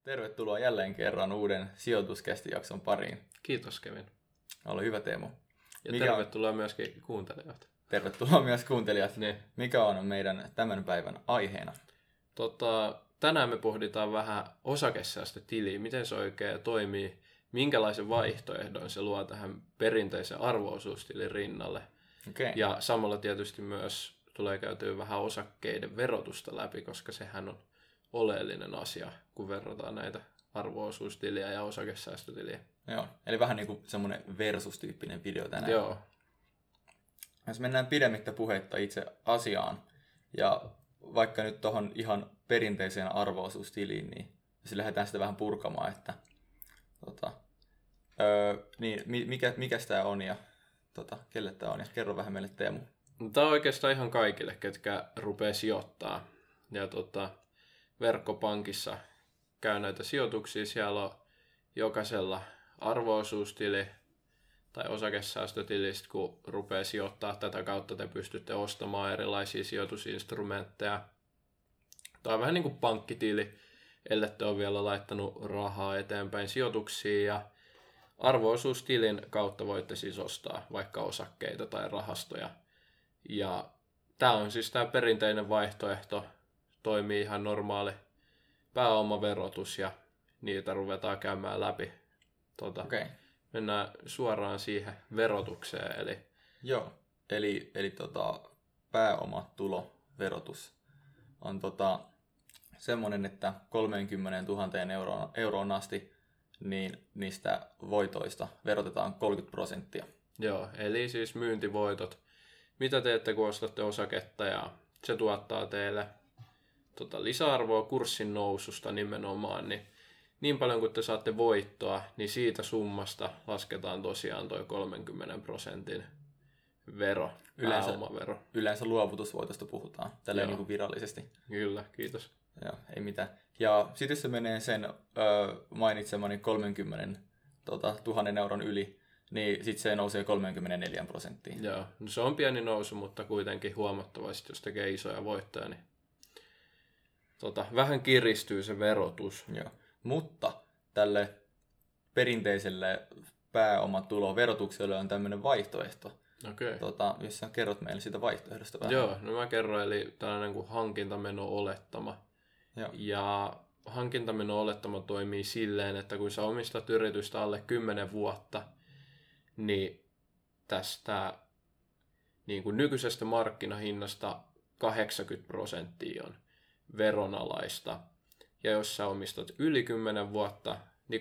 Tervetuloa jälleen kerran uuden sijoituskästijakson pariin. Kiitos Kevin. Ole hyvä Teemu. Ja tervetuloa myöskin kuuntelijat. Tervetuloa myös kuuntelijat. Niin. Mikä on meidän tämän päivän aiheena? Tänään me pohditaan vähän osakesäästötiliä, miten se oikein toimii, minkälaisen vaihtoehdon se luo tähän perinteisen arvo-osuustilin rinnalle. Okay. Ja samalla tietysti myös tulee käytyä vähän osakkeiden verotusta läpi, koska sehän on oleellinen asia, kun verrataan näitä arvo-osuustiliä ja osakesäästötiliä. Joo, eli vähän niin kuin semmoinen versus-tyyppinen video tänään. Joo. Jos mennään pidemmittä puheitta itse asiaan, ja vaikka nyt tuohon ihan perinteiseen arvo-osuustiliin, niin jos lähdetään sitä vähän purkamaan, että mikä tämä on ja kelle tämä on, ja kerro vähän meille Teemu. Tämä on oikeastaan ihan kaikille, ketkä rupeaa sijoittaa. Ja verkkopankissa käy näitä sijoituksia, siellä on jokaisella arvo-osuustili tai osakesäästötilistä, kun rupeaa sijoittaa tätä kautta, te pystytte ostamaan erilaisia sijoitusinstrumentteja. Tämä on vähän niin kuin pankkitili, ellei te ole vielä laittanut rahaa eteenpäin sijoituksiin, ja arvo-osuustilin kautta voitte siis ostaa vaikka osakkeita tai rahastoja. Ja tämä on siis tämä perinteinen vaihtoehto, toimii ihan normaali pääomaverotus ja niitä ruvetaan käymään läpi. Okay. Mennään suoraan siihen verotukseen. Joo, eli pääomatuloverotus on semmoinen, että 30 000 euroon asti niin niistä voitoista verotetaan 30%. Joo, eli siis myyntivoitot. Mitä teette, kun ostatte osaketta ja se tuottaa teille lisäarvoa kurssin noususta nimenomaan, niin paljon kuin te saatte voittoa, niin siitä summasta lasketaan tosiaan toi 30% vero, pääomavero. Yleensä luovutusvoitosta puhutaan, tälleen niin kuin virallisesti. Kyllä, kiitos. Joo, ei mitään. Ja sitten jos se menee sen mainitsemani 30 000 euron yli, niin sitten se nousee 34%. Joo, no se on pieni nousu, mutta kuitenkin huomattavasti, jos tekee isoja voittoja, niin vähän kiristyy se verotus. Joo. Mutta tälle perinteiselle pääomatuloverotukselle on tämmöinen vaihtoehto. Okay. Jos sä kerrot meille siitä vaihtoehdosta vähän. Joo, no mä kerron, eli tällainen kuin hankintameno-olettama. Joo. Ja hankintameno-olettama toimii silleen, että kun sä omistat yritystä alle 10 vuotta, niin tästä niin kuin nykyisestä markkinahinnasta 80% on veronalaista. Ja jos sä omistat yli 10 vuotta, niin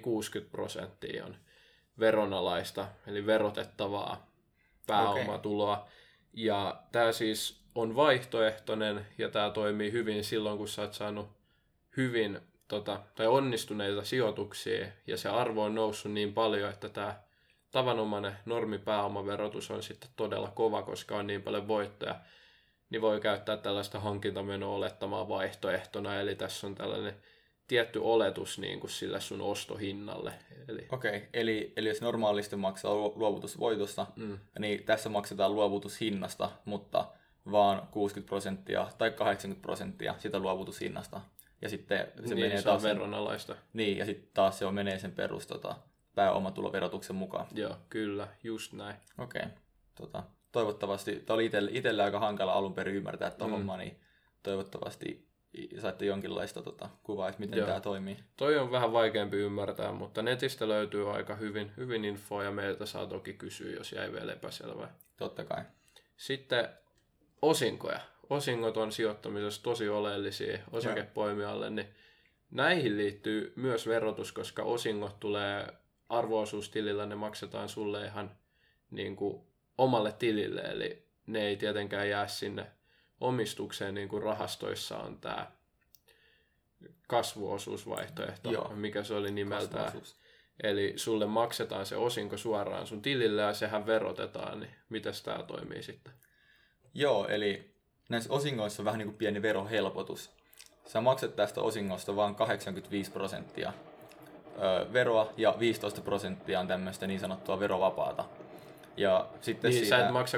60% on veronalaista, eli verotettavaa pääomatuloa. Okay. Ja tämä siis on vaihtoehtoinen, ja tämä toimii hyvin silloin, kun sä oot saanut hyvin tai onnistuneita sijoituksia, ja se arvo on noussut niin paljon, että tämä tavanomainen normipääomaverotus on sitten todella kova, koska on niin paljon voittoja, niin voi käyttää tällaista hankintameno-olettamaa vaihtoehtona, eli tässä on tällainen tietty oletus niin kuin sille sun ostohinnalle. Okei, eli jos normaalisti maksaa luovutusvoitosta, niin tässä maksetaan luovutushinnasta, mutta vaan 60% tai 80% sitä luovutushinnasta. Ja sitten se menee taas veronalaista. Niin, ja sitten taas se menee sen perus pääomatuloverotuksen mukaan. Joo, kyllä, just näin. Okei. Toivottavasti, tämä oli itsellä aika hankala alun perin ymmärtää tuon homma, niin toivottavasti saitte jonkinlaista kuvaa, että miten tämä toimii. Toi on vähän vaikeampi ymmärtää, mutta netistä löytyy aika hyvin infoa, ja meiltä saa toki kysyä, jos jäi vielä epäselvää. Totta kai. Sitten osinkoja. Osingot on sijoittamisessa tosi oleellisia osakepoimijalle, niin näihin liittyy myös verotus, koska osingot tulee arvo-osuustilillä, ne maksetaan sulle ihan niin kuin omalle tilille, eli ne ei tietenkään jää sinne omistukseen, niin kuin rahastoissa on tämä kasvuosuusvaihtoehto, mikä se oli nimeltään. Eli sulle maksetaan se osinko suoraan sun tilille ja sehän verotetaan, niin mitäs tämä toimii sitten? Joo, eli näissä osingoissa on vähän niin kuin pieni verohelpotus. Sä maksat tästä osingosta vain 85% veroa ja 15% on tämmöistä niin sanottua verovapaata. Ja sitten niin, sä et maksa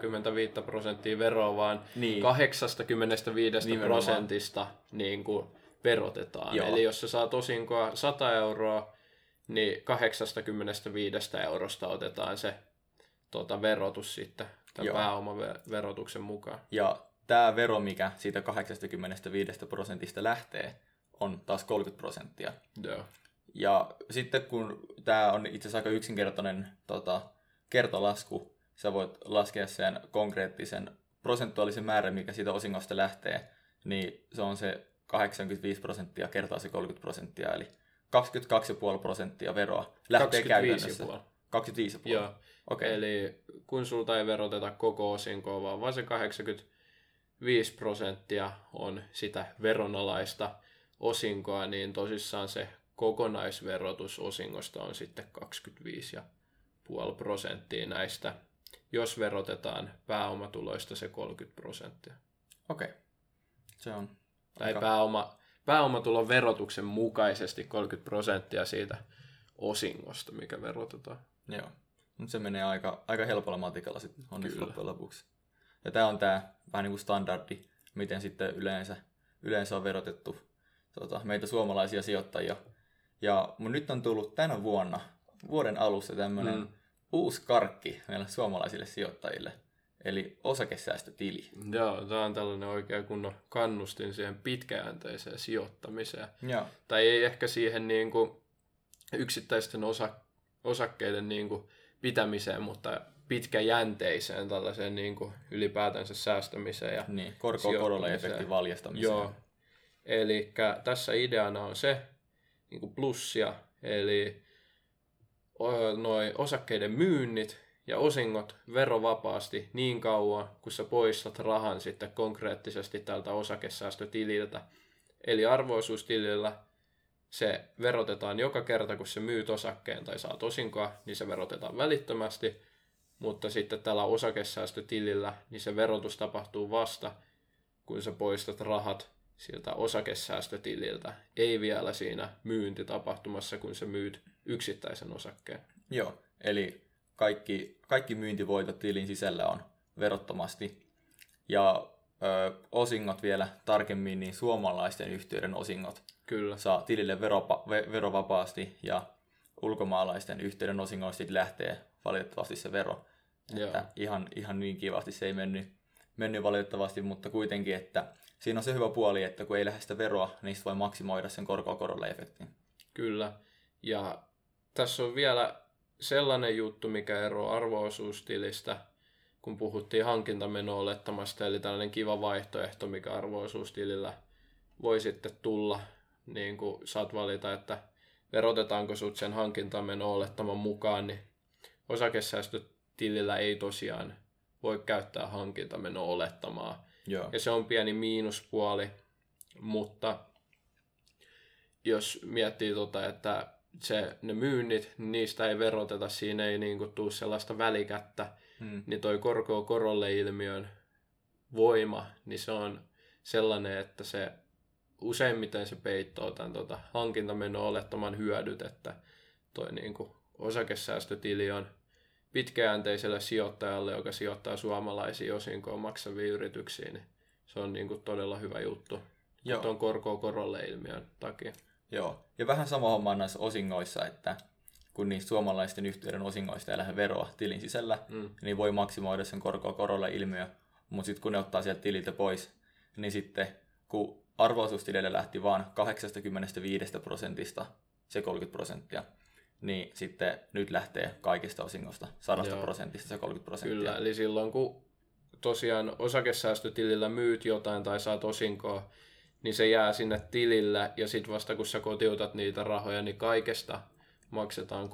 85% veroa, vaan 85% niin kuin verotetaan. Joo. Eli jos sä saat osinkoa 100 euroa, niin 85 eurosta otetaan se verotus sitten tämän pääomaverotuksen mukaan. Ja tämä vero, mikä siitä 85% lähtee, on taas 30%. Joo. Ja sitten kun tämä on itse asiassa aika yksinkertainen kertolasku, sä voit laskea sen konkreettisen prosentuaalisen määrän, mikä siitä osingosta lähtee, niin se on se 85% kertaa se 30%, eli 22,5% veroa lähtee käytännössä. 25,5%. Joo. Okay. Eli kun sulta ei veroteta koko osinkoa, vaan se 85% on sitä veronalaista osinkoa, niin tosissaan se kokonaisverotus osingosta on sitten 25,5% näistä, jos verotetaan pääomatuloista se 30%. Okei. Se on tai pääomatulon verotuksen mukaisesti 30% siitä osingosta, mikä verotetaan. Joo. Mutta se menee aika helpolla matikalla sitten onneksi loppujen lopuksi. Ja tämä on tämä vähän niin kuin standardi, miten sitten yleensä on verotettu meitä suomalaisia sijoittajia. Ja nyt on tullut tänä vuoden alussa tämmöinen uusi karkki meille suomalaisille sijoittajille, eli osakesäästötili. Joo, tämä on tällainen oikein kunnon kannustin siihen pitkäjänteiseen sijoittamiseen. Joo. Tai ei ehkä siihen niin kuin yksittäisten osakkeiden niin kuin pitämiseen, mutta pitkäjänteiseen tällaiseen niin kuin ylipäätänsä säästämiseen ja niin, korko-korolle efektin valjastamiseen. Joo. Eli tässä ideana on se niin kuin plussia, eli noi osakkeiden myynnit ja osingot verovapaasti niin kauan, kun sä poistat rahan sitten konkreettisesti tältä osakesäästötililtä. Eli arvo-osuustilillä se verotetaan joka kerta, kun sä myyt osakkeen tai saat osinkoa, niin se verotetaan välittömästi, mutta sitten tällä osakesäästötilillä niin se verotus tapahtuu vasta, kun sä poistat rahat siltä osakesäästötililtä, ei vielä siinä myyntitapahtumassa, kun sä myyt yksittäisen osakkeen. Joo, eli kaikki myyntivoitot tilin sisällä on verottomasti. Ja osingot vielä tarkemmin, niin suomalaisten yhtiöiden osingot Kyllä. saa tilille verovapaasti, ja ulkomaalaisten yhtiöiden osingoista lähtee valitettavasti se vero. Että ihan niin kivasti se ei mennyt valitettavasti, mutta kuitenkin, että siinä on se hyvä puoli, että kun ei lähde sitä veroa, niin voi maksimoida sen korkoa-korolle efektin. Kyllä, ja tässä on vielä sellainen juttu, mikä eroaa arvo-osuustilistä, kun puhuttiin hankintameno-olettamasta, eli tällainen kiva vaihtoehto, mikä arvo-osuustilillä voi sitten tulla, niin kuin saat valita, että verotetaanko sut sen hankintameno-olettaman mukaan, niin osakesäästötilillä ei tosiaan voi käyttää hankintameno-olettamaa. Joo. Ja se on pieni miinuspuoli, mutta jos miettii että ne myynnit, niin niistä ei veroteta, siinä ei niinku tule sellaista välikättä, niin toi korkoa korolle ilmiön voima, niin se on sellainen, että se useimmiten se peittoo tämän hankintameno-olettaman hyödyt, että toi niinku osakesäästötili on pitkäjänteiselle sijoittajalle, joka sijoittaa suomalaisiin osinkoon maksaviin yrityksiin, niin se on niinku todella hyvä juttu tuon korkoa korolle ilmiön takia. Joo, ja vähän sama homma on näissä osingoissa, että kun niistä suomalaisten yhtiöiden osingoista ei lähde veroa tilin sisällä, niin voi maksimoida sen korkoa korolle ilmiö, mutta sitten kun ne ottaa sieltä tililtä pois, niin sitten kun arvo-osuustilille lähti vaan 85% se 30%, niin sitten nyt lähtee kaikista osingosta 100% se 30%. Kyllä, eli silloin kun tosiaan osakesäästötilillä myyt jotain tai saat osinkoa, niin se jää sinne tilille, ja sitten vasta kun sä kotiutat niitä rahoja, niin kaikesta maksetaan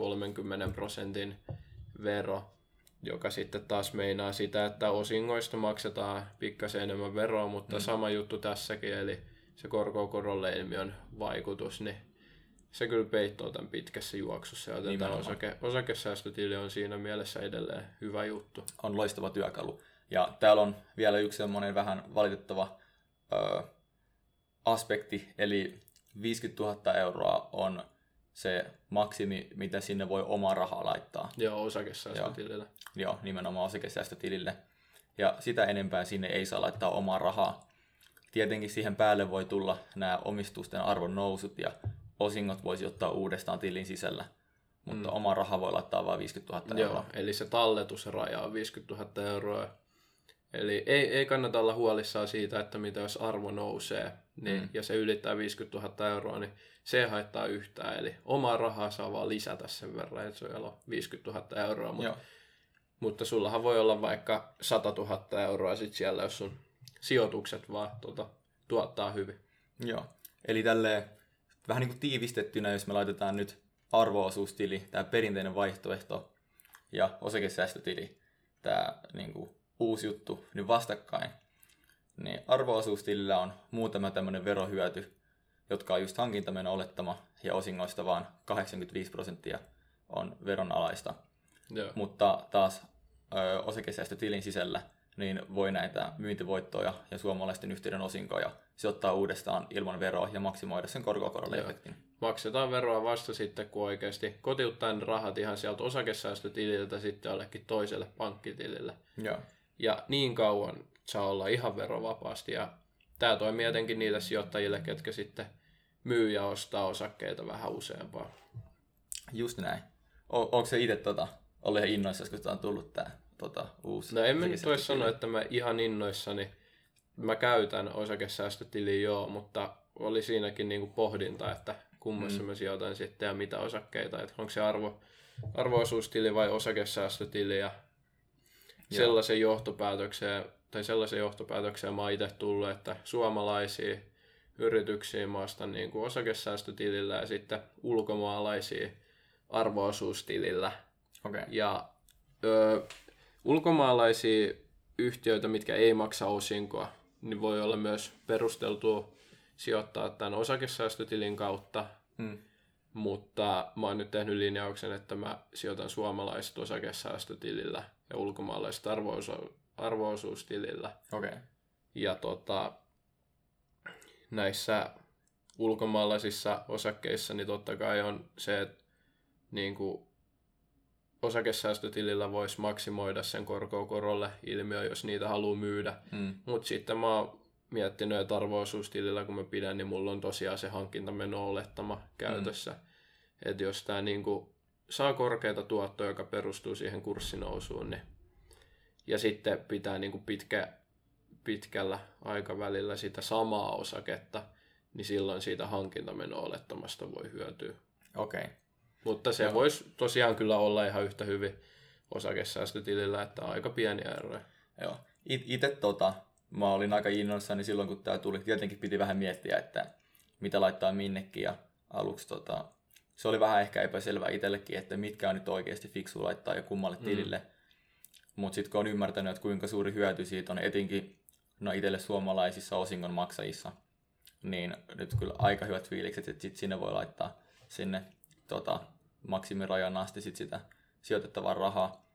30% vero, joka sitten taas meinaa sitä, että osingoista maksetaan pikkasen enemmän veroa, mutta sama juttu tässäkin, eli se korkoa-korolle ilmiön vaikutus, niin se kyllä peittoo tämän pitkässä juoksussa, joten tämä osakesäästötili on siinä mielessä edelleen hyvä juttu. On loistava työkalu. Ja täällä on vielä yksi semmoinen vähän valitettava aspekti, eli 50 000 euroa on se maksimi, mitä sinne voi omaa rahaa laittaa. Joo, osakesäästötilille. Joo, nimenomaan osakesäästötilille. Ja sitä enempää sinne ei saa laittaa omaa rahaa. tietenkin siihen päälle voi tulla nämä omistusten arvon nousut ja osingot voisi ottaa uudestaan tilin sisällä, mutta oma raha voi laittaa vain 50 000 euroa. Joo, eli se talletusraja on 50 000 euroa. Eli ei kannata olla huolissaan siitä, että mitä jos arvo nousee niin, ja se ylittää 50 000 euroa, niin se ei haittaa yhtään. Eli omaa rahaa saa vaan lisätä sen verran, että se on 50 000 euroa. Mutta sullahan voi olla vaikka 100 000 euroa sit siellä, jos sun sijoitukset vaan tuottaa hyvin. Joo, eli tälleen vähän niin kuin tiivistettynä, jos me laitetaan nyt arvo-osuustili, tämä perinteinen vaihtoehto, ja osakesäästötili, tämä niin kuin uusi juttu, niin vastakkain, niin arvo-osuustilillä on muutama tämmöinen verohyöty, jotka on just hankintameno olettama, ja osingoista vaan 85% on veronalaista. Joo. Mutta taas osakesäästötilin sisällä niin voi näitä myyntivoittoja ja suomalaisten yhtiöiden osinkoja sijoittaa uudestaan ilman veroa ja maksimoida sen korkokorolle efektin. Maksetaan veroa vasta sitten, kun oikeasti kotiuttaa ne rahat ihan sieltä osakesäästötililtä sitten jollekin toiselle pankkitilille. Joo. Ja niin kauan saa olla ihan verovapaasti. Ja tämä toimii etenkin niille sijoittajille, ketkä sitten myy ja ostaa osakkeita vähän useampaa. Just näin. Onko se itse ollut ihan innoissasi, kun on tullut tämä uusi? No en mä nyt voi sanoa, että mä ihan innoissani. Mä käytän osakesäästötiliä joo, mutta oli siinäkin niinku pohdinta, että kummassa mä sijoitan sitten ja mitä osakkeita. Että onko se arvo-osuustili vai osakesäästötili. Ja sellaisen johtopäätökseen mä oon itse tullut, että suomalaisia yrityksiä mä ostan niinku osakesäästötilillä ja sitten ulkomaalaisia arvo-osuustilillä. Okay. Ja ulkomaalaisia yhtiöitä, mitkä ei maksa osinkoa, niin voi olla myös perusteltua sijoittaa tämän osakesäästötilin kautta. Mutta mä oon nyt tehnyt linjauksen, että mä sijoitan suomalaiset osakesäästötilillä ja ulkomaalaiset arvo-osuustilillä. Okay. Ja näissä ulkomaalaisissa osakkeissa niin totta kai on se, että niinku osakesäästötilillä voisi maksimoida sen korkokorolle ilmiö, jos niitä haluaa myydä. Mutta sitten mä oon miettinyt, että arvo-osuustilillä kun mä pidän, niin mulla on tosiaan se hankintameno olettama käytössä. Että jos tää niinku saa korkeata tuottoa, joka perustuu siihen kurssinousuun, niin ja sitten pitää niinku pitkällä aikavälillä sitä samaa osaketta, niin silloin siitä hankintameno olettamasta voi hyötyä. Okay. Mutta se voisi tosiaan kyllä olla ihan yhtä hyvin osakesäästötilillä, että aika pieniä eroja. Joo. Itse mä olin aika innoissani silloin, kun tämä tuli. Tietenkin piti vähän miettiä, että mitä laittaa minnekin. Ja aluksi se oli vähän ehkä epäselvää itsellekin, että mitkä on nyt oikeasti fiksu laittaa ja kummalle tilille. Mutta sitten kun on ymmärtänyt, että kuinka suuri hyöty siitä on etenkin itselle suomalaisissa osingon maksajissa, niin nyt kyllä aika hyvät fiilikset, että sit sinne voi laittaa sinne maksimirajan asti sitä sijoitettavaa rahaa.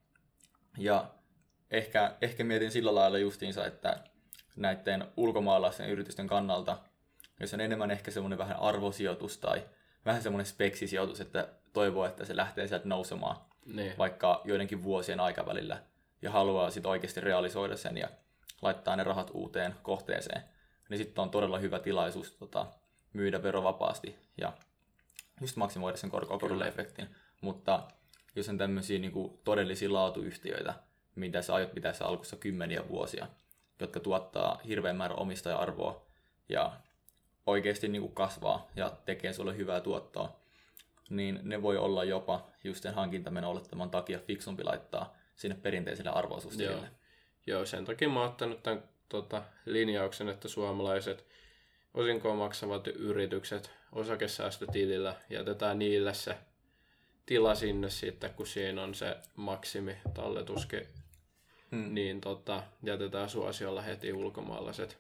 Ja ehkä mietin sillä lailla justiinsa, että näiden ulkomaalaisten yritysten kannalta, jos on enemmän ehkä semmoinen vähän arvosijoitus tai vähän semmoinen speksisijoitus, että toivoo, että se lähtee sieltä nousemaan vaikka joidenkin vuosien aikavälillä ja haluaa sitten oikeasti realisoida sen ja laittaa ne rahat uuteen kohteeseen, niin sitten on todella hyvä tilaisuus myydä verovapaasti ja just maksimoida sen korkokorolle efektin. Mutta jos on tämmöisiä niin todellisia laatuyhtiöitä, mitä sä aiot pitää alkussa kymmeniä vuosia, jotka tuottaa hirveän määrän omistaja-arvoa ja oikeasti niin kasvaa ja tekee sulle hyvää tuottoa, niin ne voi olla jopa just sen hankintameno olettaman takia fiksumpi laittaa sinne perinteiselle arvo-osuustilille. Joo, sen takia mä oon ottanut tämän linjauksen, että suomalaiset osinkoa maksavat yritykset osakesäästötilillä jätetään niille se tila sinne sitten, kun siinä on se maksimitalletuskin, niin jätetään suosiolla heti ulkomaalaiset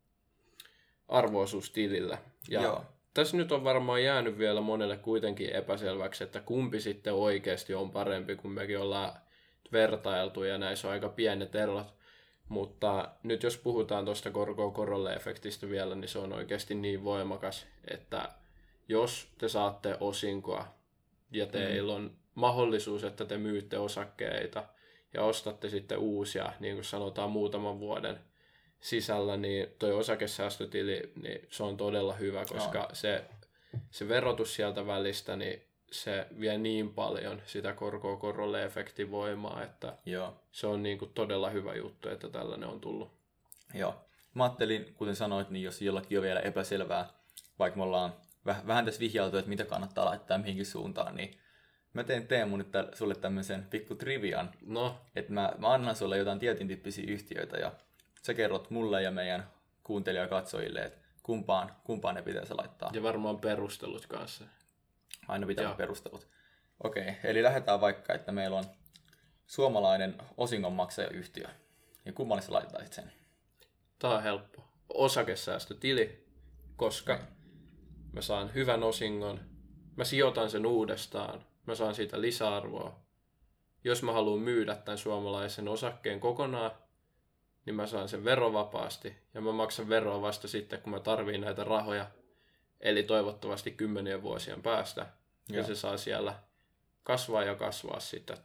arvo-osuustilillä. Ja tässä nyt on varmaan jäänyt vielä monelle kuitenkin epäselväksi, että kumpi sitten oikeasti on parempi, kun mekin ollaan vertailtu ja näissä on aika pienet erot. Mutta nyt jos puhutaan tuosta korko-korolle-efektistä vielä, niin se on oikeasti niin voimakas, että jos te saatte osinkoa ja teillä on mahdollisuus, että te myytte osakkeita ja ostatte sitten uusia, niin kuin sanotaan muutaman vuoden sisällä, niin toi osakesäästötili, niin se on todella hyvä, koska se verotus sieltä välistä, niin se vie niin paljon sitä korkoa korolle efektivoimaa, että se on niin kuin todella hyvä juttu, että tällainen on tullut. Joo. Mä ajattelin, kuten sanoit, niin jos jollakin on vielä epäselvää, vaikka me ollaan vähän tässä vihjailtu, että mitä kannattaa laittaa mihinkin suuntaan, niin mä teen Teemu nyt sulle tämmöisen pikku trivian. No. Että mä annan sulle jotain tietyn tyyppisiä yhtiöitä ja sä kerrot mulle ja meidän kuuntelijakatsojille, että kumpaan ne pitäisi laittaa. Ja varmaan perustelut kanssa. Aina pitää olla perustelut. Okei, eli lähdetään vaikka, että meillä on suomalainen osingonmaksajayhtiö. Ja kummalle sä laittaisit sen? Tää on helppo. Osakesäästötili, koska mä saan hyvän osingon, mä sijoitan sen uudestaan, mä saan siitä lisäarvoa. Jos mä haluan myydä tämän suomalaisen osakkeen kokonaan, niin mä saan sen verovapaasti ja mä maksan veroa vasta sitten, kun mä tarviin näitä rahoja. Eli toivottavasti 10 vuosien päästä. Ja se saa siellä kasvaa ja kasvaa sitten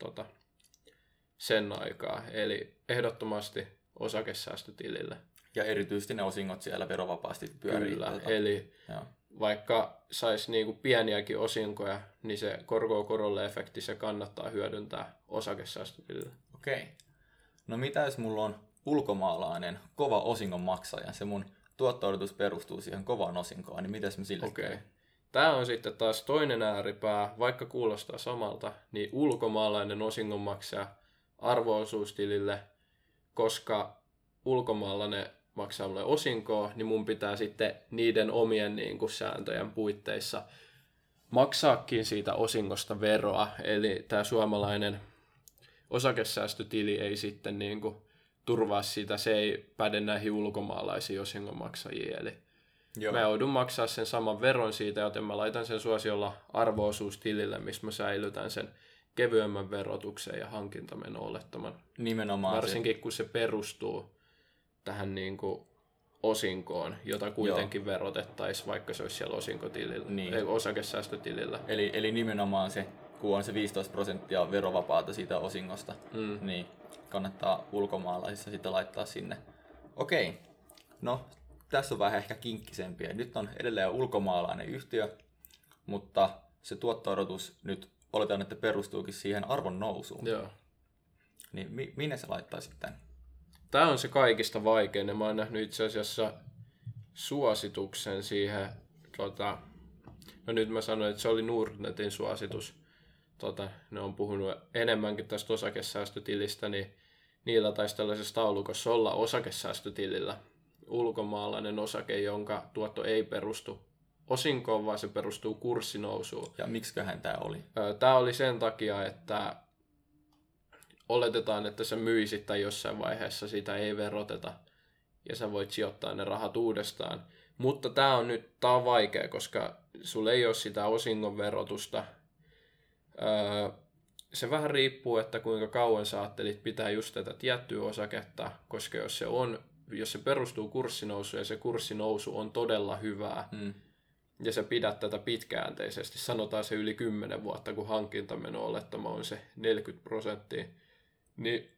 sen aikaa. Eli ehdottomasti osakesäästötilille. Ja erityisesti ne osingot siellä verovapaasti pyörii. Kyllä, eli vaikka saisi niinku pieniäkin osinkoja, niin se korko-korolle efekti se kannattaa hyödyntää osakesäästötilille. Okei. No mitä jos mulla on ulkomaalainen kova osingon maksaja, se mun tuotto-odotus perustuu siihen kovaan osinkoon, niin mitäs mä sille teen? Tämä on sitten taas toinen ääripää, vaikka kuulostaa samalta, niin ulkomaalainen osingonmaksaja arvo-osuustilille, koska ulkomaalainen maksaa mulle osinkoa, niin mun pitää sitten niiden omien sääntöjen puitteissa maksaakin siitä osingosta veroa. Eli tämä suomalainen osakesäästötili ei sitten turvaa sitä, se ei päde näihin ulkomaalaisiin osingonmaksajiin. Eli mä joudun maksaa sen saman veron siitä, joten mä laitan sen suosiolla arvo-osuustilille, missä mä säilytän sen kevyemmän verotuksen ja hankintameno-olettaman. Nimenomaan. Varsinkin kun se perustuu tähän osinkoon, jota kuitenkin verotettaisiin, vaikka se olisi siellä osinkotilillä, ei osakesäästötilillä. Eli nimenomaan se, kun on se 15% verovapaata siitä osingosta, niin kannattaa ulkomaalaisissa sitä laittaa sinne. Okei, no tässä on vähän ehkä kinkkisempiä. Nyt on edelleen ulkomaalainen yhtiö, mutta se tuotto-odotus nyt oletaan, että perustuukin siihen arvon nousuun. Joo. Niin minne sä laittaisit tämän? Tämä on se kaikista vaikein. Ja mä oon nähnyt itse asiassa suosituksen siihen. No nyt mä sanoin, että se oli Nordnetin suositus. Ne on puhunut enemmänkin tästä osakesäästötilistä, niin niillä taisi tällaisessa taulukossa olla osakesäästötilillä ulkomaalainen osake, jonka tuotto ei perustu osinkoon, vaan se perustuu kurssinousuun. Ja miksiköhän tämä oli? Tämä oli sen takia, että oletetaan, että sä myisit tai jossain vaiheessa sitä ei veroteta ja sä voit sijoittaa ne rahat uudestaan. Mutta tämä on vaikea, koska sulla ei ole sitä osingon verotusta. Se vähän riippuu, että kuinka kauan sä ajattelit pitää just tätä tiettyä osaketta, koska jos se perustuu kurssinousuun ja se kurssinousu on todella hyvää, ja sä pidät tätä pitkäjänteisesti, sanotaan se yli 10 vuotta, kun hankintameno-olettama on se 40%, niin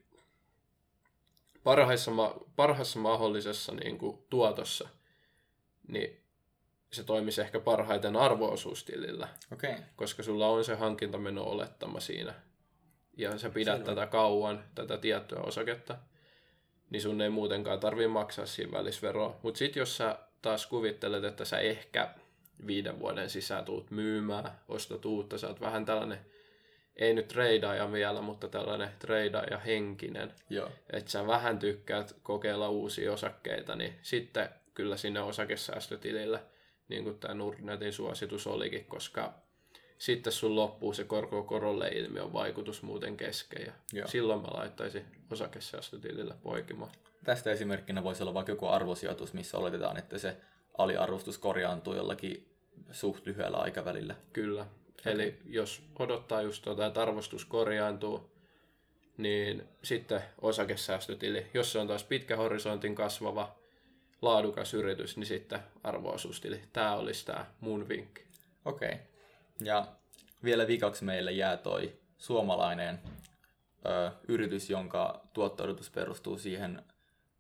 parhaassa mahdollisessa tuotossa, niin se toimisi ehkä parhaiten arvo-osuustilillä, koska sulla on se hankintameno-olettama siinä, ja sä pidät tätä kauan, tätä tiettyä osaketta, niin sun ei muutenkaan tarvitse maksaa siinä välisveroa. Mutta sitten jos sä taas kuvittelet, että sä ehkä 5 vuoden sisään tuut myymään, ostat uutta, sä oot vähän tällainen, ei nyt treidaaja vielä, mutta tällainen treidaaja henkinen, että sä vähän tykkäät kokeilla uusia osakkeita, niin sitten kyllä sinne osakesäästötilille, niin kuin tämä Nordnetin suositus olikin, koska sitten sun loppuu se korko-korolle ilmiön vaikutus muuten kesken, ja silloin mä laittaisin osakesäästötilille poikimaan. Tästä esimerkkinä voisi olla vaikka joku arvosijoitus, missä oletetaan, että se aliarvostus korjaantuu jollakin suht lyhyellä aikavälillä. Kyllä. Eli jos odottaa just että arvostus korjaantuu, niin sitten osakesäästötili. Jos se on taas pitkä horisontin kasvava, laadukas yritys, niin sitten arvo-osuustili. Tämä olisi tämä mun vinkki. Okei. Ja vielä viikaksi meille jää toi suomalainen yritys, jonka tuotto-odotus perustuu siihen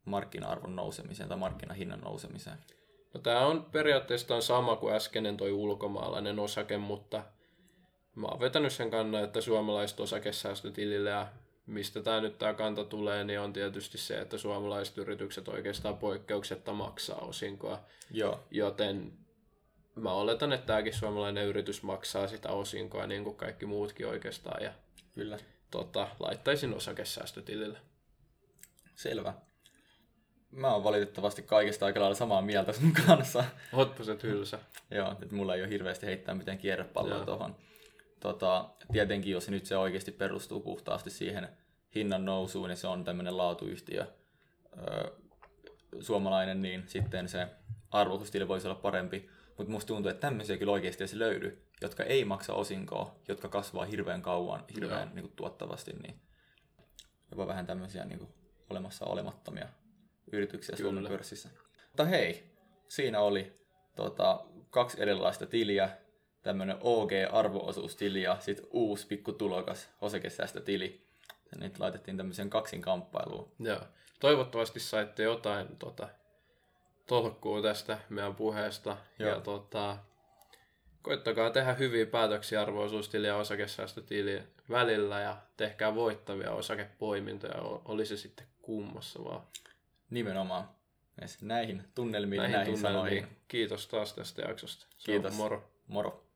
markkina-arvon nousemiseen tai markkinahinnan nousemiseen? No, tämä on periaatteessa sama kuin äskeinen toi ulkomaalainen osake, mutta mä oon vetänyt sen kannan, että suomalaiset osakesäästötilille ja mistä tämä kanta tulee, niin on tietysti se, että suomalaiset yritykset oikeastaan poikkeuksetta maksaa osinkoa. Joo. Joten mä oletan, että tämäkin suomalainen yritys maksaa sitä osinkoa niin kuin kaikki muutkin oikeastaan. Ja Kyllä. Laittaisin osakesäästötilille. Selvä. Mä oon valitettavasti kaikesta aika lailla samaa mieltä sun kanssa. Ootpa se tylsä. Joo, että mulla ei ole hirveästi heittää mitään kierrepalloa tuohon. Tietenkin, jos nyt se oikeasti perustuu puhtaasti siihen hinnan nousuun, ja se on tämmöinen laatuyhtiö suomalainen, niin sitten se arvostustili voisi olla parempi. Mutta musta tuntuu, että tämmöisiä kyllä oikeasti edes löydy, jotka ei maksa osinkoa, jotka kasvaa hirveän kauan, hirveän niin kuin, tuottavasti. Niin jopa vähän tämmöisiä niin kuin, olemassa olemattomia yrityksiä Suomen pörssissä. Mutta hei, siinä oli 2 erilaista tiliä. Tämmöinen OG-arvo-osuustili ja sitten uusi pikkutulokas osakesäästötili. Ja niitä laitettiin tämmöiseen kaksinkamppailuun. Joo. Toivottavasti saitte jotain tolkkua tästä meidän puheesta. Joo. Ja koittakaa tehdä hyviä päätöksiä arvo-osuustili ja osakesäästötili välillä ja tehkää voittavia osakepoimintoja, oli se sitten kummassa vaan. Nimenomaan. Näihin tunnelmiin, näihin sanoihin. Kiitos taas tästä jaksosta. Kiitos. Moro. Moro.